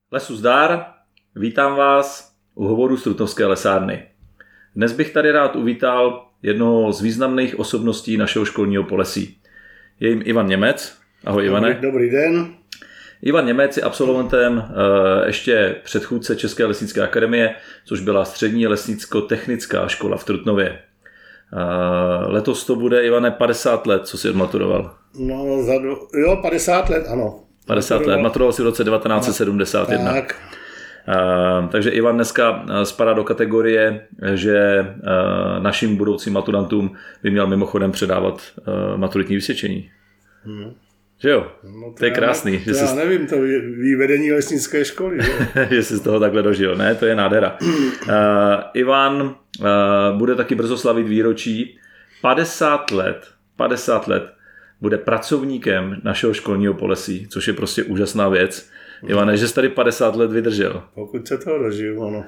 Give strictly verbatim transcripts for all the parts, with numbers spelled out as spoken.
Lesu zdar, vítám vás u hovoru z Trutnovské lesárny. Dnes bych tady rád uvítal jednoho z významných osobností našeho školního Polesí. Je jim Ivan Němec. Ahoj Ivane. Dobrý, dobrý den. Ivan Němec je absolventem ještě předchůdce České lesnické akademie, což byla střední lesnicko-technická škola v Trutnově. Letos to bude, Ivane, padesát let, co jsi odmaturoval. No, za, jo, padesát let, ano. padesát let, maturoval si v roce devatenáct set sedmdesát jedna. Tak. Uh, takže Ivan dneska spadá do kategorie, že uh, našim budoucím maturantům by měl mimochodem předávat uh, maturitní vysvědčení. Hmm. Že jo? No to, to je krásný. Ne, že to já jsi... nevím, to ví vedení lesnické školy. Že, že jsi z toho takhle dožil, ne? To je nádhera. Uh, Ivan uh, bude taky brzo slavit výročí. padesát let, padesát let bude pracovníkem našeho školního Polesí, což je prostě úžasná věc. Ivane, že jsi tady padesát let vydržel. Pokud se toho dožiju, ano.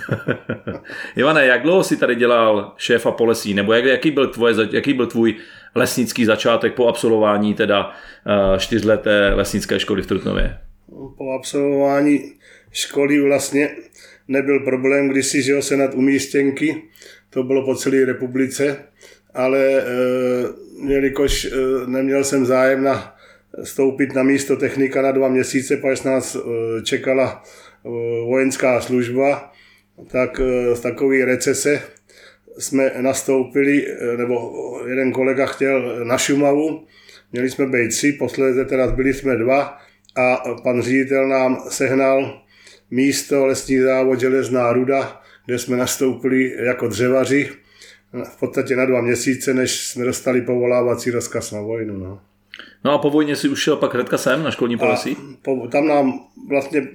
Ivane, jak dlouho jsi tady dělal šéfa Polesí, nebo jak, jaký, byl tvoje, jaký byl tvůj lesnický začátek po absolvování teda uh, čtyřleté lesnické školy v Trutnově? Po absolvování školy vlastně nebyl problém, když si žil senát umístěnky, to bylo po celé republice, ale e, jelikož e, neměl jsem zájem na stoupit na místo technika na dva měsíce, protože nás e, čekala e, vojenská služba, tak e, z takové recese jsme nastoupili, e, nebo jeden kolega chtěl na Šumavu, měli jsme být tři, posledně teda byli jsme dva a pan ředitel nám sehnal místo lesní závod Železná ruda, kde jsme nastoupili jako dřevaři v podstatě na dva měsíce, než jsme dostali povolávací rozkaz na vojnu. No, no a po vojně si už šel pak hnedka sem na školní Polesí? Po, tam nám vlastně,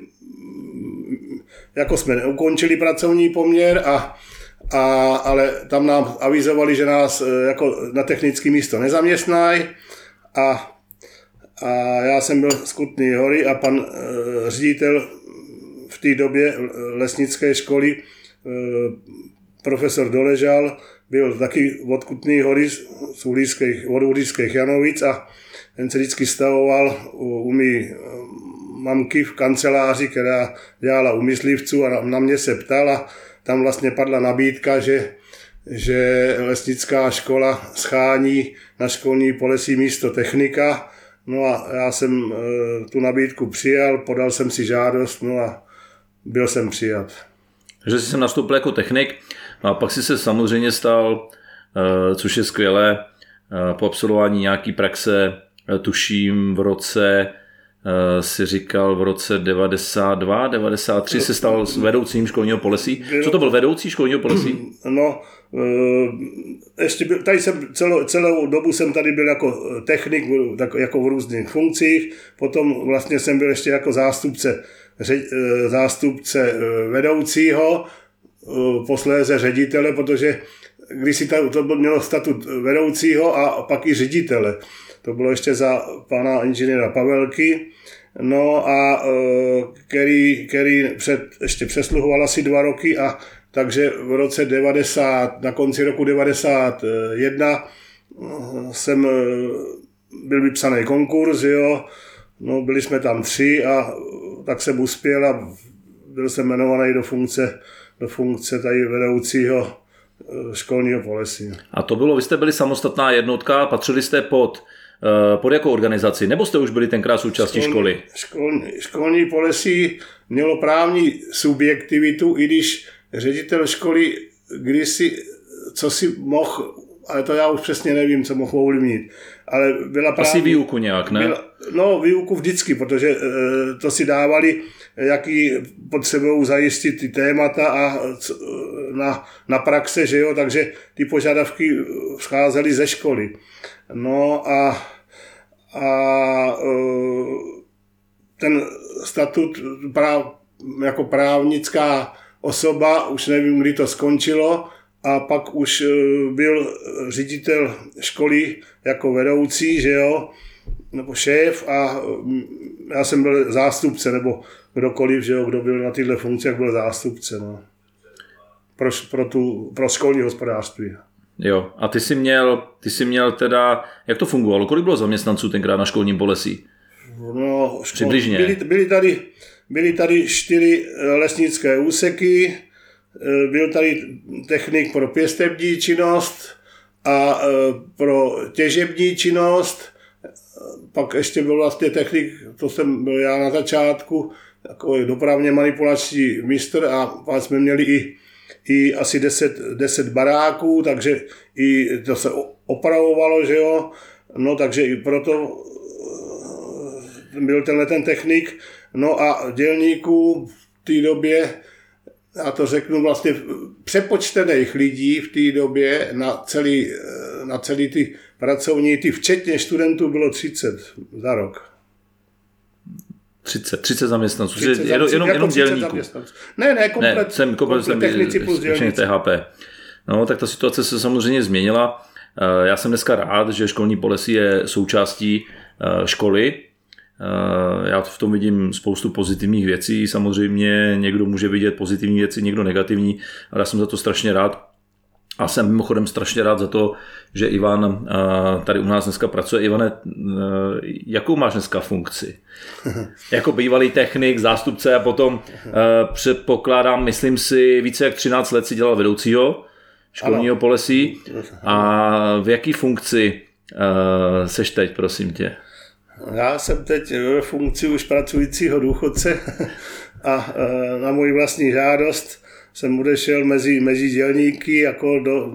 jako jsme ukončili pracovní poměr, a, a, ale tam nám avizovali, že nás jako na technické místo nezaměstnají a, a já jsem byl z Kutné Hory a pan e, ředitel v té době lesnické školy, e, profesor Doležal, byl taky od Kutné Hory z Uhlířských, od Uhlířských Janovic a ten se vždycky stavoval u, u mý mamky v kanceláři, která dělala u myslivců, a na, na mě se ptala. Tam vlastně padla nabídka, že, že lesnická škola schání na školní Polesí místo technika. No a já jsem e, tu nabídku přijal, podal jsem si žádost, no a byl jsem přijat. Takže jsi sem nastoupil jako technik, a pak si se samozřejmě stal, což je skvělé, po absolvování nějaký praxe, tuším v roce, si říkal v roce devadesát dva, devadesát tři se stal vedoucím školního Polesí. Co to byl vedoucí školního Polesí? No, ještě byl, tady jsem celou, celou dobu jsem tady byl jako technik, tak jako v různých funkcích, potom vlastně jsem byl ještě jako zástupce, zástupce vedoucího, posléze ředitele, protože když si to, to mělo statut vedoucího a pak i ředitele. To bylo ještě za pana inženýra Pavelky, no a který, který před, ještě přesluhoval asi dva roky, a takže v roce devadesát, na konci roku devadesát jedna jsem byl vypsaný konkurs, jo, no byli jsme tam tři a tak jsem uspěl a byl jsem jmenovaný do funkce do funkce tady vedoucího školního Polesí. A to bylo, vy jste byli samostatná jednotka, patřili jste pod, pod jakou organizaci, nebo jste už byli tenkrát součástí školní, školy? Školní, školní Polesí mělo právní subjektivitu, i když ředitel školy kdysi, co si mohl, ale to já už přesně nevím, co mohl ovlivnit. Ale byla právě, asi výuku nějak, ne? Byla, no, výuku vždycky, protože e, to si dávali, jaký potřebují zajistit ty témata a c, na, na praxe, že jo, takže ty požadavky vzcházely ze školy. No a, a e, ten statut práv, jako právnická osoba, už nevím, kdy to skončilo, a pak už byl ředitel školy jako vedoucí, že jo, nebo šéf, a já jsem byl zástupce, nebo kdokoliv, že jo, kdo byl na tyhle funkcích, byl zástupce, no. Pro, pro, tu, pro školní hospodářství. Jo, a ty jsi měl, ty jsi měl teda, jak to fungovalo? Kolik bylo zaměstnanců tenkrát na školním Polesí? No, přibližně. Byli, byli tady byly tady čtyři lesnické úseky, byl tady technik pro pěstební činnost a pro těžební činnost, pak ještě byl vlastně technik, to jsem byl já na začátku, takový dopravně manipulační mistr a pak jsme měli i, i asi deset baráků, takže i to se opravovalo, že jo, no takže i proto byl tenhle ten technik, no a dělníků v té době, já to řeknu vlastně přepočtených lidí v té době na celý, na celý ty pracovní, ty včetně studentů bylo třicet za rok. třicet, třicet zaměstnanců, třicet jenom, jenom, jako jenom dělníků. Ne, ne, komplet, ne, jsem komplet, komplet technici plus dělníci. T H P. No, tak ta situace se samozřejmě změnila. Já jsem dneska rád, že školní Polesí je součástí školy. Já v tom vidím spoustu pozitivních věcí. Samozřejmě někdo může vidět pozitivní věci, někdo negativní, ale já jsem za to strašně rád. A jsem mimochodem strašně rád za to, že Ivan tady u nás dneska pracuje. Ivane, jakou máš dneska funkci? Jako bývalý technik, zástupce a potom předpokládám, myslím si, více jak třináct let si dělal vedoucího školního Polesí. A v jaký funkci seš teď, prosím tě? Já jsem teď ve funkci už pracujícího důchodce a na můj vlastní žádost jsem odešel mezi, mezi dělníky jako, do,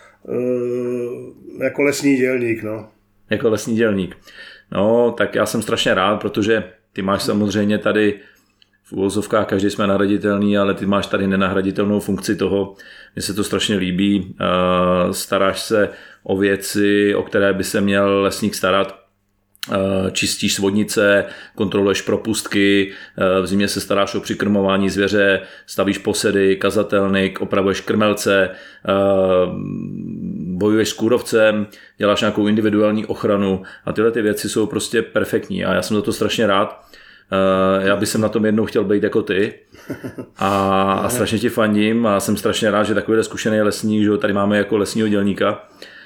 jako lesní dělník. No. Jako lesní dělník. No, tak já jsem strašně rád, protože ty máš samozřejmě tady v uvozovkách, každý jsme nahraditelný, ale ty máš tady nenahraditelnou funkci toho. Mně se to strašně líbí. Staráš se o věci, o které by se měl lesník starat. Čistíš svodnice, kontroluješ propustky, v zimě se staráš o přikrmování zvěře, stavíš posedy, kazatelník, opravuješ krmelce, bojuješ s kůrovcem, děláš nějakou individuální ochranu a tyhle ty věci jsou prostě perfektní a já jsem za to strašně rád. Já bych na tom jednou chtěl být jako ty a, a strašně ti fandím a jsem strašně rád, že takovýhle zkušený lesník, že tady máme jako lesního dělníka,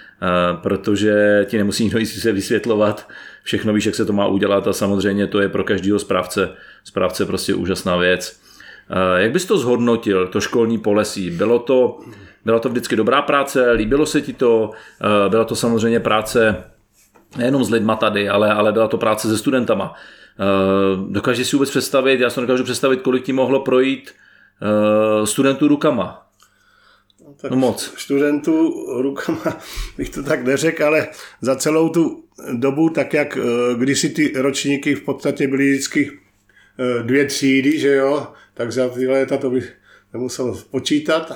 protože ti nemusí nikdo se vysvětlovat, všechno víš, jak se to má udělat a samozřejmě to je pro každého správce, správce prostě úžasná věc. Jak bys to zhodnotil, to školní Polesí? Bylo to, byla to vždycky dobrá práce, líbilo se ti to, byla to samozřejmě práce nejenom s lidma tady, ale, ale byla to práce se studentama. Dokážeš si vůbec představit, já si dokážu představit, kolik ti mohlo projít studentů rukama? Tak no moc. Studentů rukama bych to tak neřekl, ale za celou tu dobu, tak jak kdysi ty ročníky v podstatě byly vždycky dvě třídy, že jo, tak za ty léta to bych nemusel počítat.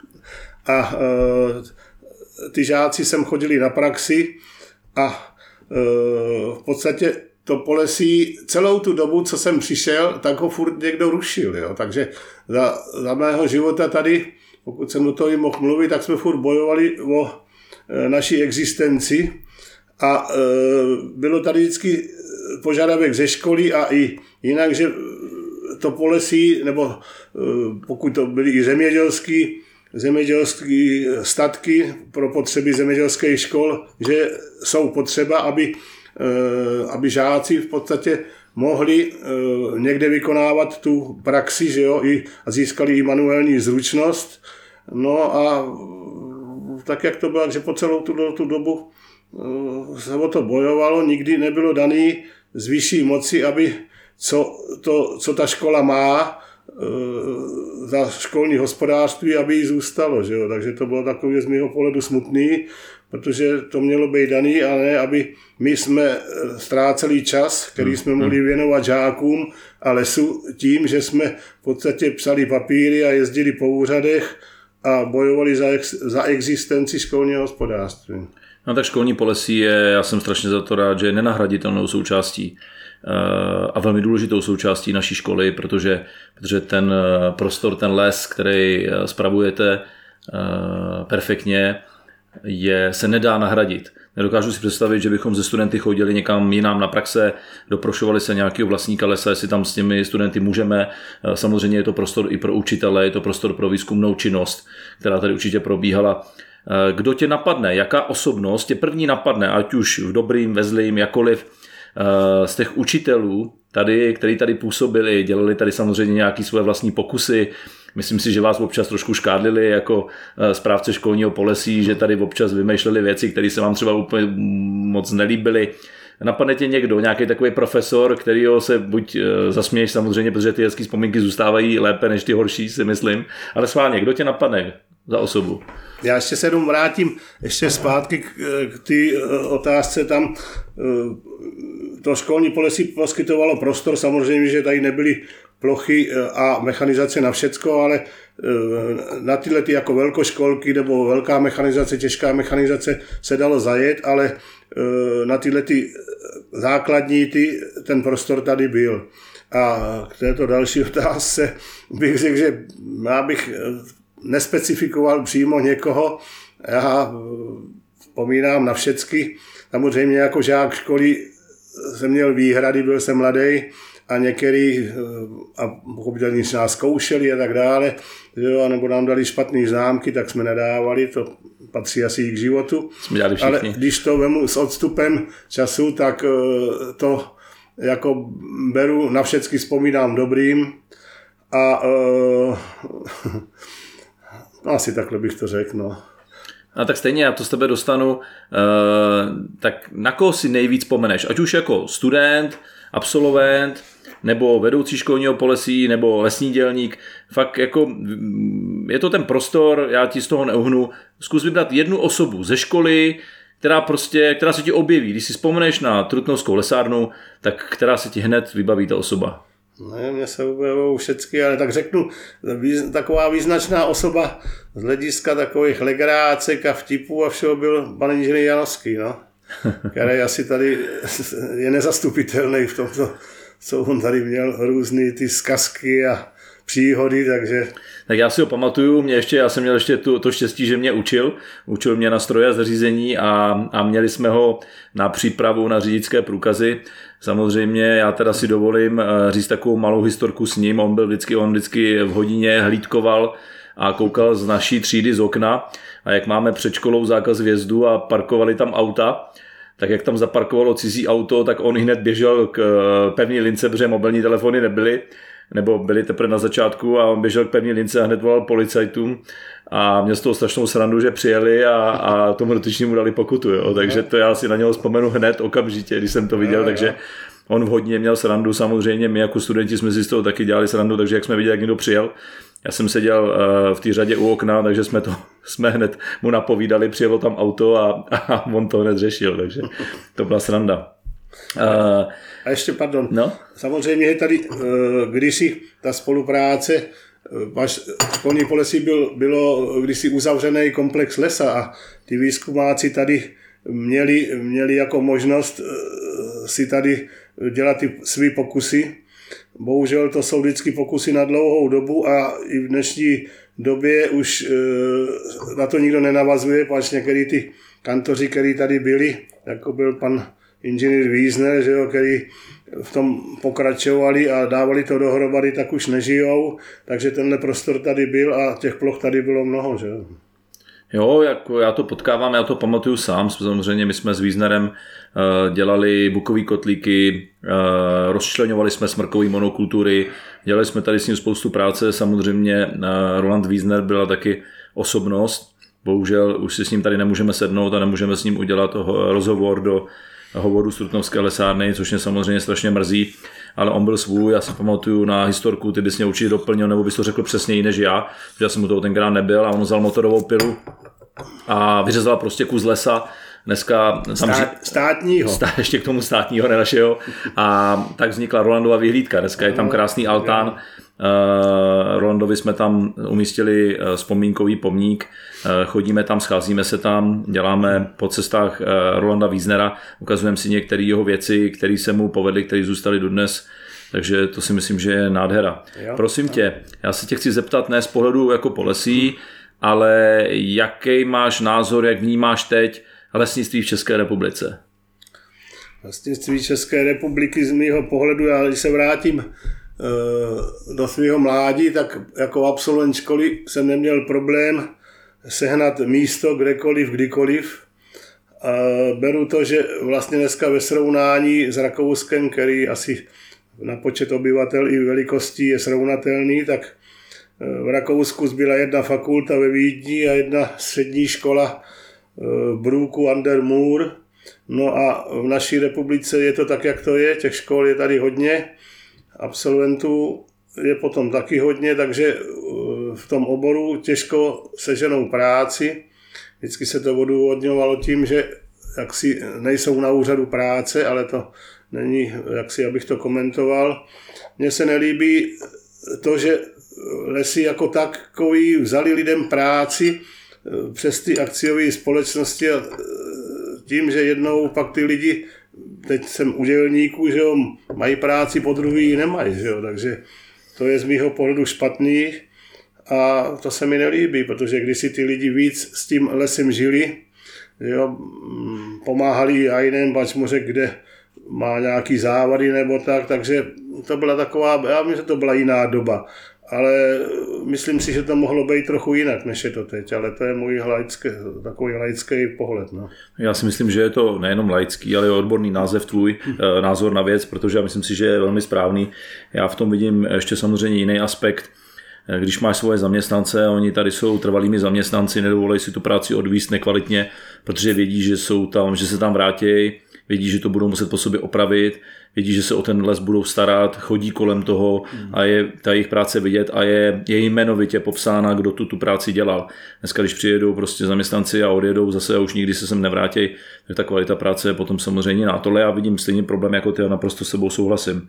A ty žáci sem chodili na praxi a v podstatě to Polesí celou tu dobu, co jsem přišel, tak ho furt někdo rušil, jo. Takže za, za mého života tady, pokud jsem do toho mohl mluvit, tak jsme furt bojovali o e, naší existenci a e, bylo tady vždycky požadavek ze školy a i jinak, že to Polesí, nebo e, pokud to byly i zemědělský, zemědělské statky pro potřeby zemědělských škol, že jsou potřeba, aby, e, aby žáci v podstatě mohli e, někde vykonávat tu praxi, že jo, i, a získali i manuální zručnost. No a tak, jak to bylo, že po celou tu, tu dobu e, se o to bojovalo, nikdy nebylo daný z vyšší moci, aby co, to, co ta škola má e, za školní hospodářství, aby jí zůstalo, že jo. Takže to bylo takový z mého pohledu smutný, protože to mělo být daný, a ne, aby my jsme ztráceli čas, který jsme mohli věnovat žákům a lesu tím, že jsme v podstatě psali papíry a jezdili po úřadech a bojovali za, ex, za existenci školního hospodářství. No tak školní Polesí je, já jsem strašně za to rád, že je nenahraditelnou součástí a velmi důležitou součástí naší školy, protože, protože ten prostor, ten les, který spravujete perfektně, je, se nedá nahradit. Nedokážu si představit, že bychom ze studenty chodili někam jinam na praxe, doprošovali se nějakého vlastníka lesa, jestli tam s těmi studenty můžeme. Samozřejmě je to prostor i pro učitele, je to prostor pro výzkumnou činnost, která tady určitě probíhala. Kdo tě napadne, jaká osobnost tě první napadne, ať už v dobrým, ve zlým, jakoliv, z těch učitelů, tady, který tady působili, dělali tady samozřejmě nějaké svoje vlastní pokusy. Myslím si, že vás občas trošku škádlili jako správce školního Polesí, že tady občas vymýšleli věci, které se vám třeba úplně moc nelíbily. Napadne tě někdo, nějaký takový profesor, kterýho se buď zasměješ samozřejmě, protože ty hezký vzpomínky zůstávají lépe než ty horší, si myslím, ale schválně, kdo tě napadne za osobu? Já ještě se jenom vrátím ještě zpátky k, k té otázce tam. To školní Polesí poskytovalo prostor, samozřejmě, že tady nebyly plochy a mechanizace na všecko, ale na tyhle ty jako velkoškolky nebo velká mechanizace, těžká mechanizace se dalo zajet, ale na tyhle ty základní ty, ten prostor tady byl. A k této další otázce bych řekl, že já bych nespecifikoval přímo někoho. Já vzpomínám na všecky. Samozřejmě jako žák školy jsem měl výhrady, byl jsem mladý a některý a pochopitelně nás zkoušeli a tak dále, jo, nebo nám dali špatné známky, tak jsme nedávali, to patří asi i k životu. Ale když to vemu s odstupem času, tak to jako beru, na všecky vzpomínám dobrým a uh, asi takhle bych to řekl, no. A tak stejně já to z tebe dostanu, uh, tak na koho si nejvíc pomeneš? Ať už jako student, absolvent, nebo vedoucí školního Polesí, nebo lesní dělník. Fakt jako je to ten prostor, já ti z toho neuhnu. Zkus vybrat jednu osobu ze školy, která prostě, která se ti objeví. Když si vzpomeneš na Trutnovskou lesárnu, tak která se ti hned vybaví ta osoba? Ne, mě se objevují všechny, ale tak řeknu, taková význačná osoba z hlediska takových legrácek a vtipů a všeho byl pan inženýr Janovský, no, který asi tady je nezastupitelný v tomto, co on tady měl různý ty zkazky a příhody, takže... Tak já si ho pamatuju, mě ještě, já jsem měl ještě tu, to štěstí, že mě učil, učil mě na stroje a zařízení a, a měli jsme ho na přípravu na řidičské průkazy. Samozřejmě já teda si dovolím říct takovou malou historku s ním, on byl vždycky, on vždycky v hodině hlídkoval a koukal z naší třídy z okna a jak máme před školou zákaz vjezdu a parkovali tam auta, tak jak tam zaparkovalo cizí auto, tak on hned běžel k pevné lince, protože mobilní telefony nebyly, nebo byly teprve na začátku a on běžel k pevné lince a hned volal policajtům a měl z toho strašnou srandu, že přijeli a, a tomu dotyčnímu dali pokutu, jo. Takže to já si na něho vzpomenu hned okamžitě, když jsem to viděl, takže on vhodně měl srandu, samozřejmě my jako studenti jsme si z toho taky dělali srandu, takže jak jsme viděli, jak někdo přijel, já jsem seděl v té řadě u okna, takže jsme to jsme hned mu napovídali, přijelo tam auto a, a on to hned řešil, takže to byla sranda. Uh, a ještě, pardon, no? Samozřejmě je tady, kdysi ta spolupráce, školní Polesí byl, bylo kdysi uzavřený komplex lesa a ty výzkumáci tady měli, měli jako možnost si tady dělat ty svý pokusy. Bohužel to jsou vždycky pokusy na dlouhou dobu a i v dnešní době už na to nikdo nenavazuje, protože některý ty kantoři, který tady byli, jako byl pan inženýr Wiesner, že jo, který v tom pokračovali a dávali to dohromady, tak už nežijou, takže tenhle prostor tady byl a těch ploch tady bylo mnoho, že jo. Jo, jako já to potkávám, já to pamatuju sám, samozřejmě my jsme s Wiesnerem dělali bukový kotlíky, rozčleňovali jsme smrkový monokultury, dělali jsme tady s ním spoustu práce, samozřejmě Roland Wiesner byla taky osobnost, bohužel už si s ním tady nemůžeme sednout a nemůžeme s ním udělat rozhovor do hovoru z Trutnovské lesárny, což mě samozřejmě strašně mrzí, ale on byl svůj, já si pamatuju na historku, ty bys mě určitě doplnil, nebo bys to řekl přesněji než já, že já jsem mu toho tenkrát nebyl a on vzal motorovou pilu a vyřezal prostě kus lesa, dneska Stát, státního. Stá, ještě k tomu státního, ne našeho. A tak vznikla Rolandova vyhlídka. Dneska je tam krásný altán. Uh, Rolandovi jsme tam umístili vzpomínkový pomník. Uh, chodíme tam, scházíme se tam, děláme po cestách uh, Rolanda Wiesnera, ukazujeme si některé jeho věci, které se mu povedly, které zůstaly dodnes. Takže to si myslím, že je nádhera. Jo, Prosím jo. tě, já se tě chci zeptat ne z pohledu jako Polesí, ale jaký máš názor, jak vnímáš teď lesnictví v České republice? Lesnictví České republiky z mýho pohledu, já když se vrátím e, do svého mládí, tak jako absolvent školy jsem neměl problém sehnat místo kdekoliv, kdykoliv. E, beru to, že vlastně dneska ve srovnání s Rakouskem, který asi na počet obyvatel i velikostí je srovnatelný, tak v Rakousku zbyla jedna fakulta ve Vídni a jedna střední škola v Brooku under Moor. No a v naší republice je to tak, jak to je, těch škol je tady hodně, absolventů je potom taky hodně, takže v tom oboru těžko seženou práci. Vždycky se to odůvodňovalo tím, že jaksi nejsou na úřadu práce, ale to není, jaksi, abych to komentoval. Mně se nelíbí to, že lesy jako takový vzali lidem práci přes ty akciové společnosti a tím, že jednou pak ty lidi, teď jsem u dělníků, že jo, mají práci, po druhý ji nemají, že jo, takže to je z mýho pohledu špatný a to se mi nelíbí, protože když si ty lidi víc s tím lesem žili, jo, pomáhali a jiném bačmoře, kde má nějaký závady nebo tak, takže to byla taková, já myslím, že to byla jiná doba, ale myslím si, že to mohlo být trochu jinak, než je to teď, ale to je můj laický, takový laický pohled. No. Já si myslím, že je to nejenom laický, ale i odborný název tvůj, názor na věc, protože já myslím si, že je velmi správný. Já v tom vidím ještě samozřejmě jiný aspekt. Když máš svoje zaměstnance a oni tady jsou trvalými zaměstnanci, nedovolí si tu práci odvíst nekvalitně, protože vědí, že jsou tam, že se tam vrátí, vědí, že to budou muset po sobě opravit, vědí, že se o ten les budou starat, chodí kolem toho a je ta jejich práce vidět a je, je jmenovitě popsána, kdo tu, tu práci dělal. Dneska, když přijedou prostě zaměstnanci a odjedou zase a už nikdy se sem nevrátí, tak ta kvalita práce je potom samozřejmě na tohle. Já vidím stejný problém jako ty a naprosto s sebou souhlasím.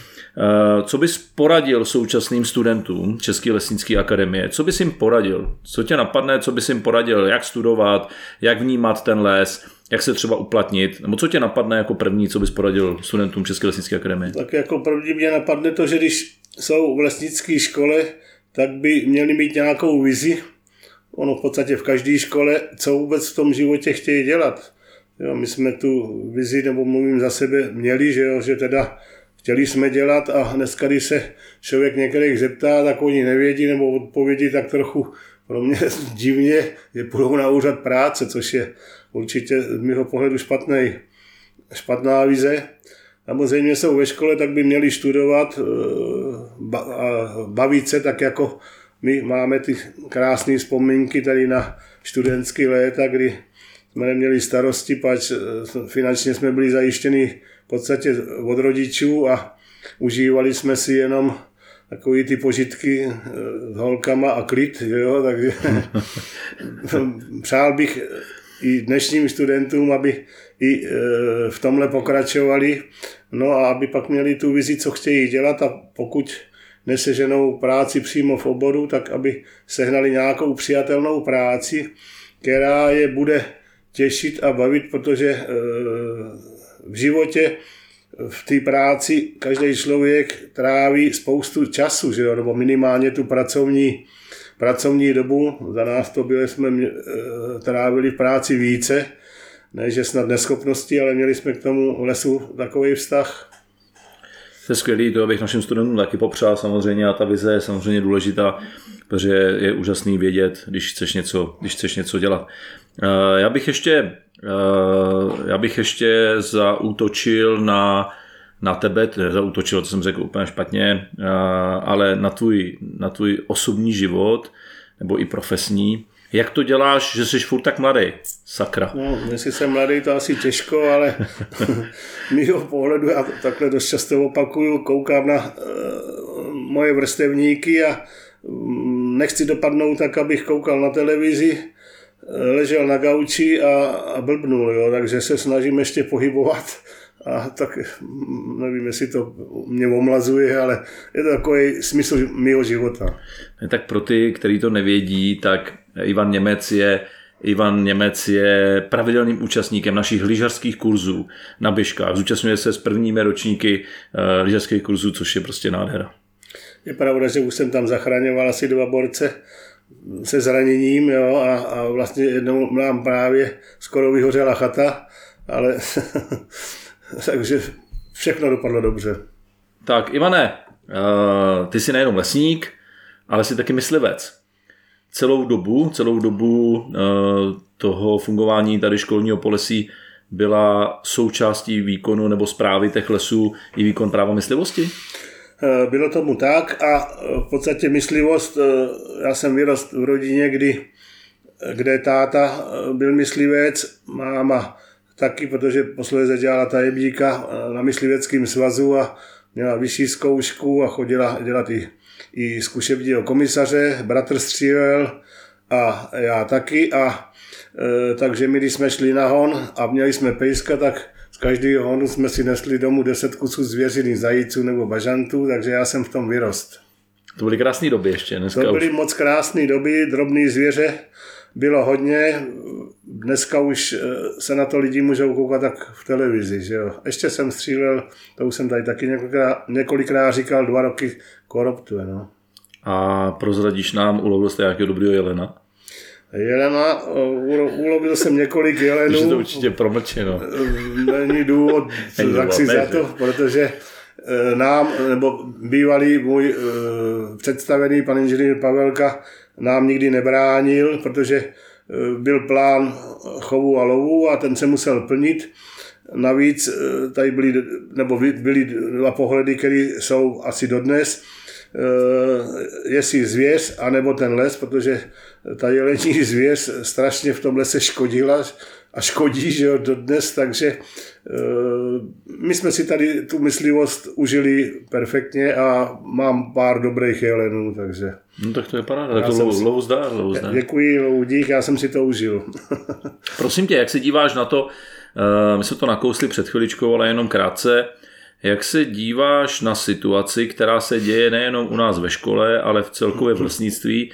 Co bys poradil současným studentům České lesnické akademie? Co bys jim poradil? Co tě napadne, co bys jim poradil? Jak studovat? Jak vnímat ten les? Jak se třeba uplatnit? Nebo co tě napadne jako první, co bys poradil studentům České lesnické akademie? Tak jako první mě napadne to, že když jsou v lesnické škole, tak by měli mít nějakou vizi. Ono v podstatě v každé škole, co vůbec v tom životě chtějí dělat. Jo, my jsme tu vizi, nebo mluvím za sebe, měli, že, jo, že teda chtěli jsme dělat a dneska, když se člověk některých zeptá, tak oni nevědí nebo odpovědí tak trochu pro mě divně, že půjdou na úřad práce, což je určitě z mého pohledu špatný, špatná vize. Samozřejmě jsou ve škole, tak by měli studovat a bavit se, tak jako my máme ty krásné vzpomínky tady na studentské léta, kdy jsme neměli starosti, pač finančně jsme byli zajištěni v podstatě od rodičů a užívali jsme si jenom takový ty požitky s holkama a klid, jo, takže přál bych i dnešním studentům, aby i v tomhle pokračovali, no a aby pak měli tu vizi, co chtějí dělat a pokud neseženou práci přímo v oboru, tak aby sehnali nějakou přijatelnou práci, která je bude těšit a bavit, protože v životě v té práci každý člověk tráví spoustu času, že jo? Nebo minimálně tu pracovní, pracovní dobu. Za nás to byli, jsme trávili v práci více, ne že snad neschopnosti, ale měli jsme k tomu lesu takový vztah. To je skvělý, to bych našim studentům taky popřál samozřejmě a ta vize je samozřejmě důležitá, protože je úžasný vědět, když chceš něco, když chceš něco dělat. Já bych ještě, já bych ještě zaútočil na, na tebe, zaútočil, to jsem řekl úplně špatně, ale na tvůj, na tvůj osobní život, nebo i profesní. Jak to děláš, že jsi furt tak mladý? Sakra. No, jestli jsem mladý, to asi těžko, ale mýho pohledu, já takhle dost často opakuju, koukám na uh, moje vrstevníky a um, nechci dopadnout tak, abych koukal na televizi, ležel na gauči a, a blbnul, jo, takže se snažím ještě pohybovat a tak nevím, jestli to mě omlazuje, ale je to takový smysl mýho života. Tak pro ty, kteří to nevědí, tak Ivan Němec je Ivan Němec je pravidelným účastníkem našich lyžařských kurzů na Běžkách. Zúčastňuje se s prvními ročníky uh, lyžařských kurzů, což je prostě nádhera. Je pravda, že už jsem tam zachraňoval asi dva borce se zraněním, jo, a, a vlastně jednou nám právě skoro vyhořela chata, ale takže všechno dopadlo dobře. Tak Ivane, uh, ty jsi nejenom lesník, ale jsi taky myslivec. Celou dobu, celou dobu uh, toho fungování tady školního polesí byla součástí výkonu nebo správy těch lesů i výkon práva myslivosti? Bylo tomu tak a v podstatě myslivost, já jsem vyrost v rodině, kdy, kde táta byl myslivec, máma taky, protože posledně dělala tajemníka na mysliveckém svazu a měla vyšší zkoušku a chodila dělat i, i zkušebního komisaře, bratr střílel a já taky a e, takže my, když jsme šli na hon a měli jsme pejska, tak z každého honu jsme si nesli domů deset kusů zvěřiny, zajíců nebo bažantů, takže já jsem v tom vyrost. To byly krásné doby ještě. Dneska to byly už... moc krásné doby, drobný zvěře bylo hodně, dneska už se na to lidi můžou koukat tak v televizi, že jo. Ještě jsem střílel, to už jsem tady taky několikrát, několikrát říkal, dva roky koroptuje, no. A prozradíš nám, ulovil jste nějakého dobrýho jelena? Jelena, ulovil jsem několik jelenů. Takže to určitě promlčeno. Není důvod, tak si za to, protože nám, nebo bývalý můj představený pan inženýr Pavelka nám nikdy nebránil, protože byl plán chovu a lovu a ten se musel plnit. Navíc tady byly, nebo byly dva pohledy, které jsou asi dodnes, jestli zvěř, anebo ten les, protože ta jelení zvěř strašně v tom lese škodila a škodí, že jo, dodnes, takže my jsme si tady tu myslivost užili perfektně a mám pár dobrých jelenů, takže... No tak to je paráda, tak to lovu zdá, lovu zdá. Děkuji, lovu dík, já jsem si to užil. Prosím tě, jak se díváš na to, my jsme to nakousli před chviličkou, ale jenom krátce, jak se díváš na situaci, která se děje nejenom u nás ve škole, ale v celkově v lesnictví,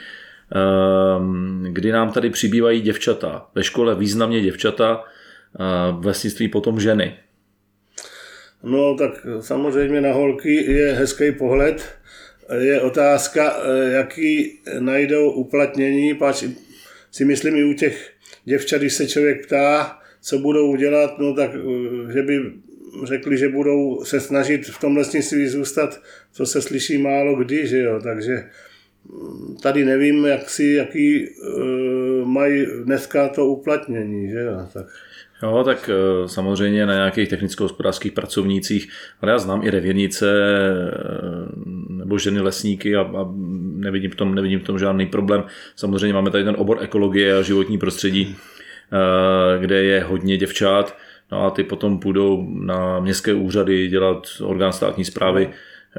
kdy nám tady přibývají děvčata. Ve škole významně děvčata, v lesnictví potom ženy. No tak samozřejmě na holky je hezký pohled. Je otázka, jaký najdou uplatnění, pač si myslím i u těch děvčat, když se člověk ptá, co budou dělat, no tak, že by řekli, že budou se snažit v tom lesnictví zůstat, co se slyší málo kdy, že jo, takže tady nevím, jak si, jaký uh, mají dneska to uplatnění, že jo, tak. Jo, tak samozřejmě na nějakých technicko-hospodářských pracovnících, ale já znám i revěrnice nebo ženy lesníky a, a nevidím, v tom, nevidím v tom žádný problém. Samozřejmě máme tady ten obor ekologie a životní prostředí, kde je hodně děvčat, no a ty potom půjdou na městské úřady dělat orgán státní správy,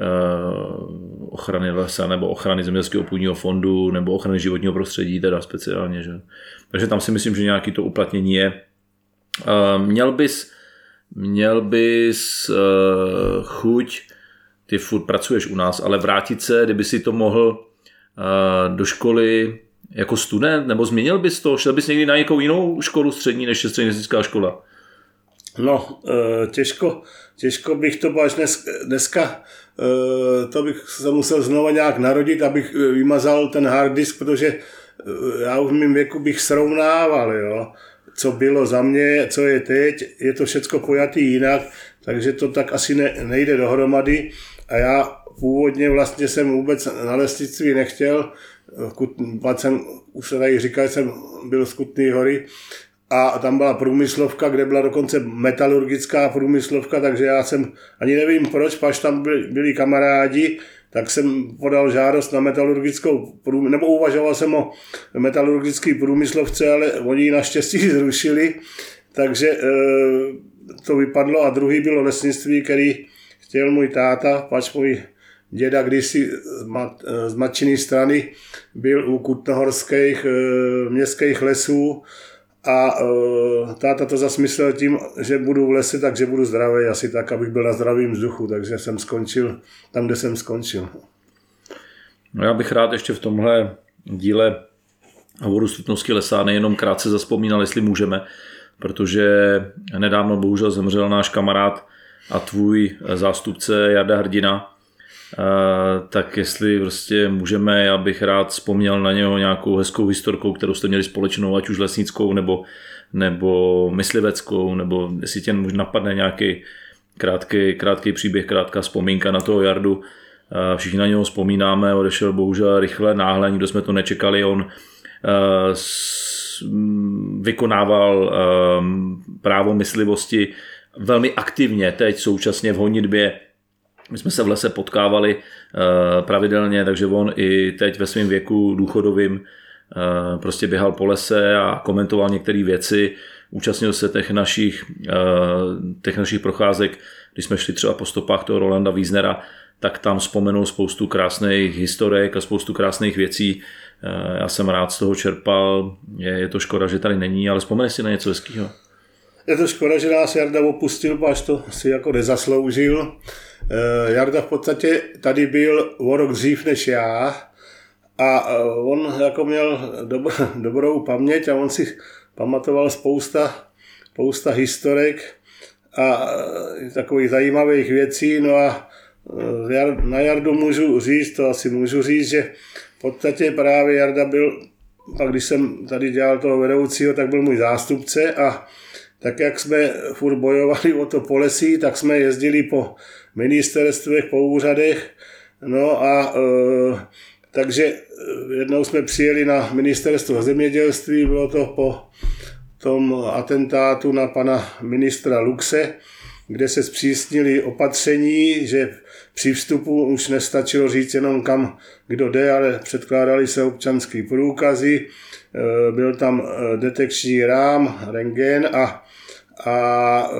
ochrany lesa nebo ochrany zemědělského půdního fondu nebo ochrany životního prostředí teda speciálně. Že? Takže tam si myslím, že nějaký to uplatnění je. Měl bys, měl bys uh, chuť, ty furt pracuješ u nás, ale vrátit se, kdyby si to mohl uh, do školy jako student, nebo změnil bys to, šel bys někdy na nějakou jinou školu střední, než je střední lesnická škola? No, uh, těžko, těžko bych to byl až dnes, dneska, uh, to bych se musel znovu nějak narodit, abych vymazal ten hard disk, protože uh, já v mém věku bych srovnával, jo. Co bylo za mě, co je teď, je to všecko pojatý jinak, takže to tak asi ne, nejde dohromady a já původně vlastně jsem vůbec na lesnictví nechtěl, pak jsem, už se tady říkal, jsem byl z Kutné Hory a tam byla průmyslovka, kde byla dokonce metalurgická průmyslovka, takže já jsem, ani nevím proč, pač tam byli, byli kamarádi, tak jsem podal žádost na metalurgickou průmyslovku, nebo uvažoval jsem o metalurgický průmyslovce, ale oni ji naštěstí zrušili, takže e, to vypadlo a druhý bylo lesnictví, který chtěl můj táta, pač můj děda kdysi z, mat, z matčiny strany byl u kutnohorských e, městských lesů a e, táta to zasmyslel tím, že budu v lese, takže budu zdravý, asi tak, abych byl na zdravém vzduchu, takže jsem skončil tam, kde jsem skončil. No já bych rád ještě v tomhle díle hovoru Stutnovský lesa nejenom krátce zazpomínal, jestli můžeme, protože nedávno bohužel zemřel náš kamarád a tvůj zástupce Jarda Hrdina, tak jestli prostě můžeme, já bych rád vzpomněl na něho nějakou hezkou historkou, kterou jste měli společnou, ať už lesnickou nebo, nebo mysliveckou, nebo jestli tě napadne nějaký krátký, krátký příběh, krátká vzpomínka na toho Jardu. Všichni na něho vzpomínáme, odešel bohužel rychle, náhle, nikdo jsme to nečekali, on vykonával právo myslivosti velmi aktivně teď současně v honitbě. My jsme se v lese potkávali pravidelně, takže on i teď ve svém věku důchodovým prostě běhal po lese a komentoval některé věci. Účastnil se těch našich, těch našich procházek, když jsme šli třeba po stopách toho Rolanda Wiesnera, tak tam vzpomenul spoustu krásných historek a spoustu krásných věcí. Já jsem rád z toho čerpal, je, je to škoda, že tady není, ale vzpomeneš si na něco hezkýho? Je to škoda, že nás Jarda opustil, až to si jako nezasloužil. Jarda v podstatě tady byl o rok dřív než já a on jako měl dobro, dobrou paměť a on si pamatoval spousta, spousta historek a takových zajímavých věcí. No a na Jardu můžu říct, to asi můžu říct, že v podstatě právě Jarda byl, pak když jsem tady dělal toho vedoucího, tak byl můj zástupce a tak jak jsme furt bojovali o to polesí, tak jsme jezdili po ministerstvech, po úřadech, no a e, takže jednou jsme přijeli na ministerstvo zemědělství, bylo to po tom atentátu na pana ministra Luxe, kde se zpřísnili opatření, že při vstupu už nestačilo říct jenom kam kdo jde, ale předkládali se občanský průkazy, byl tam detekční rám, rentgen a, a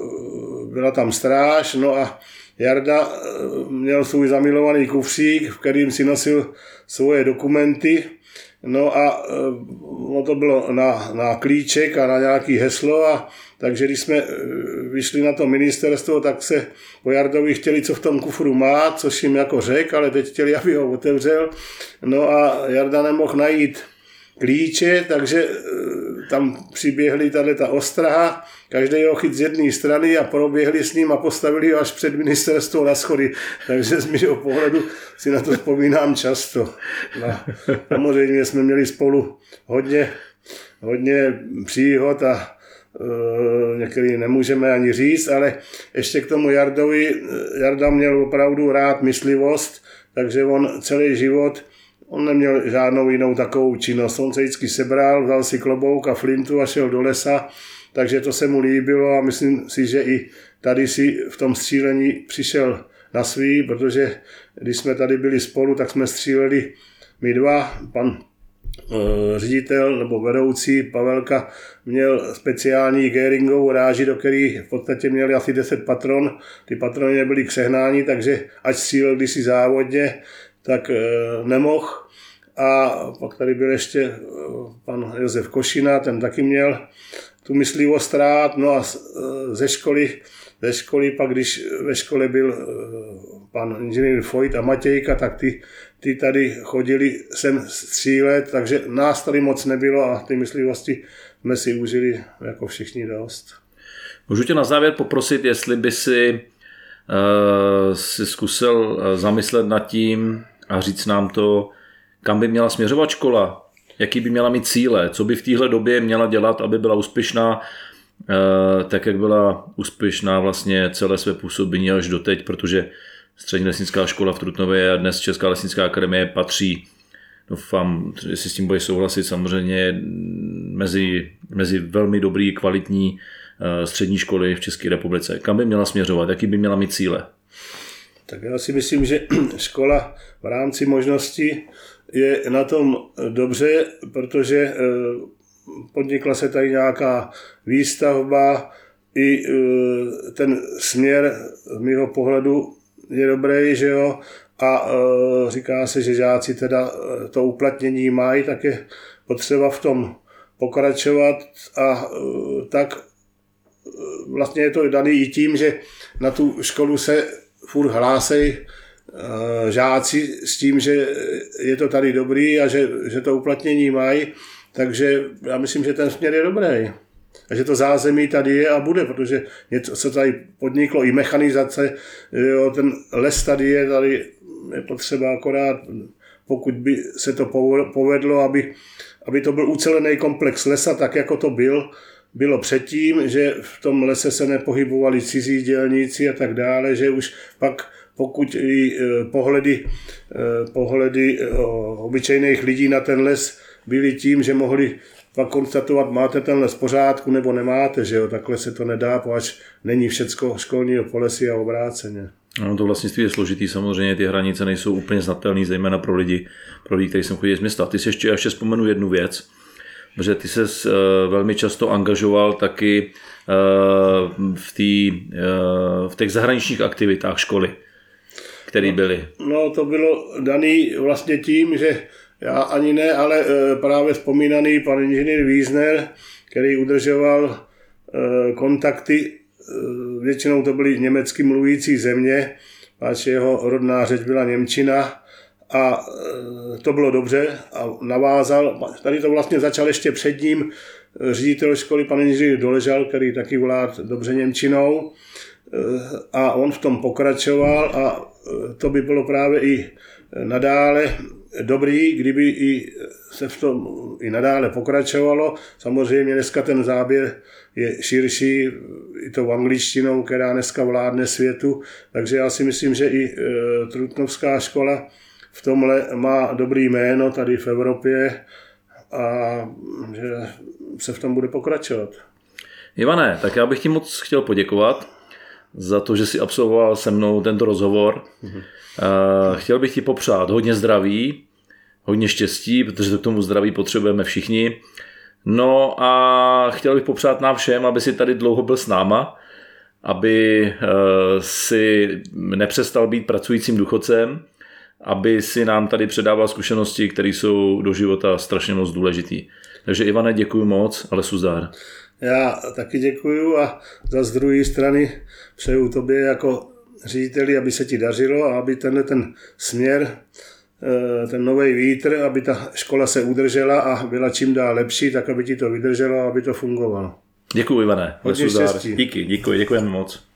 byla tam stráž, no a Jarda měl svůj zamilovaný kufřík, v kterým si nosil svoje dokumenty, no a no to bylo na, na klíček a na nějaký heslo a takže když jsme vyšli na to ministerstvo, tak se po Jardovi chtěli, co v tom kufru má, což jim jako řekl, ale teď chtěli, aby ho otevřel. No a Jarda nemohl najít klíče, takže tam přiběhli tady ta ostraha, každý ho chyt z jedné strany a proběhli s ním a postavili ho až před ministerstvo na schody. Takže z mého pohledu si na to vzpomínám často. No, samozřejmě jsme měli spolu hodně, hodně příhod a Uh, některý nemůžeme ani říct, ale ještě k tomu Jardovi, Jarda měl opravdu rád myslivost, takže on celý život, on neměl žádnou jinou takovou činnost. On se vždycky sebral, vzal si klobouk a flintu a šel do lesa, takže to se mu líbilo a myslím si, že i tady si v tom střílení přišel na svý, protože když jsme tady byli spolu, tak jsme stříleli my dva, pan ředitel nebo vedoucí Pavelka měl speciální Göringovou ráži, do který v podstatě měli asi deset patron. Ty patrony nebyly k sehnání, takže ať střílel kdysi závodně, tak nemohl. A pak tady byl ještě pan Josef Košina, ten taky měl tu myslivost rád. No a ze školy, ze školy pak když ve škole byl pan inženýr Vojt a Matějka, tak ty Ty tady chodili sem střílet, takže nás tady moc nebylo a ty myslivosti jsme si užili jako všichni dost. Můžu tě na závěr poprosit, jestli by si, uh, si zkusil zamyslet nad tím a říct nám to, kam by měla směřovat škola, jaký by měla mít cíle, co by v téhle době měla dělat, aby byla úspěšná, uh, tak jak byla úspěšná vlastně celé své působení až doteď, protože Střední lesnická škola v Trutnově a dnes Česká lesnická akademie patří, doufám, jestli s tím budeš souhlasit, samozřejmě mezi, mezi velmi dobrý, kvalitní střední školy v České republice. Kam by měla směřovat, jaký by měla mít cíle? Tak já si myslím, že škola v rámci možností je na tom dobře, protože podnikla se tady nějaká výstavba, i ten směr z mého pohledu je dobrý, že jo, a e, říká se, že žáci teda to uplatnění mají, tak je potřeba v tom pokračovat a e, tak vlastně je to daný i tím, že na tu školu se furt hlásejí e, žáci s tím, že je to tady dobrý a že, že to uplatnění mají, takže já myslím, že ten směr je dobrý. A že to zázemí tady je a bude, protože něco se tady podniklo, i mechanizace, jo, ten les tady je, tady je potřeba akorát, pokud by se to povedlo, aby, aby to byl ucelený komplex lesa, tak jako to byl, bylo předtím, že v tom lese se nepohybovali cizí dělníci a tak dále, že už pak pokud i pohledy, pohledy obyčejných lidí na ten les byli tím, že mohli pak konstatovat, máte tenhle z pořádku nebo nemáte, že jo, takhle se to nedá, poč není všecko školního polesí a obráceně. No, to vlastnictví je složitý, samozřejmě ty hranice nejsou úplně znatelné, zejména pro lidi, pro lidi, kteří sem chodí z města. Ty si ještě, ještě vzpomenu jednu věc, protože ty ses uh, velmi často angažoval taky uh, v, tý, uh, v těch zahraničních aktivitách školy, které byly. No to bylo daný vlastně tím, že já ani ne, ale uh, právě vzpomínaný pan inženýr Wiesner, který udržoval uh, kontakty, uh, většinou to byly německy mluvící země, páč jeho rodná řeč byla němčina, a to bylo dobře a navázal. Tady to vlastně začal ještě před ním ředitel školy pan inženýr Doležal, který taky vlád dobře němčinou, a on v tom pokračoval a to by bylo právě i nadále dobrý, kdyby i se v tom i nadále pokračovalo. Samozřejmě dneska ten záběr je širší, i to angličtinou, která dneska vládne světu, takže já si myslím, že i Trutnovská škola v tomhle má dobrý jméno tady v Evropě a že se v tom bude pokračovat. Ivane, tak já bych ti moc chtěl poděkovat za to, že jsi absolvoval se mnou tento rozhovor. Mhm. Chtěl bych ti popřát hodně zdraví, hodně štěstí, protože k tomu zdraví potřebujeme všichni. No a chtěl bych popřát nám všem, aby si tady dlouho byl s náma, aby si nepřestal být pracujícím důchodcem, aby si nám tady předával zkušenosti, které jsou do života strašně moc důležitý. Takže Ivane, děkuji moc, ale suzdár. Já taky děkuju a za z druhé strany přeju tobě jako řediteli, aby se ti dařilo a aby tenhle ten směr, ten nový vítr, aby ta škola se udržela a byla čím dál lepší, tak aby ti to vydrželo a aby to fungovalo. Děkuji, Ivane. Hodně štěstí. Díky, děkuji, děkujeme moc.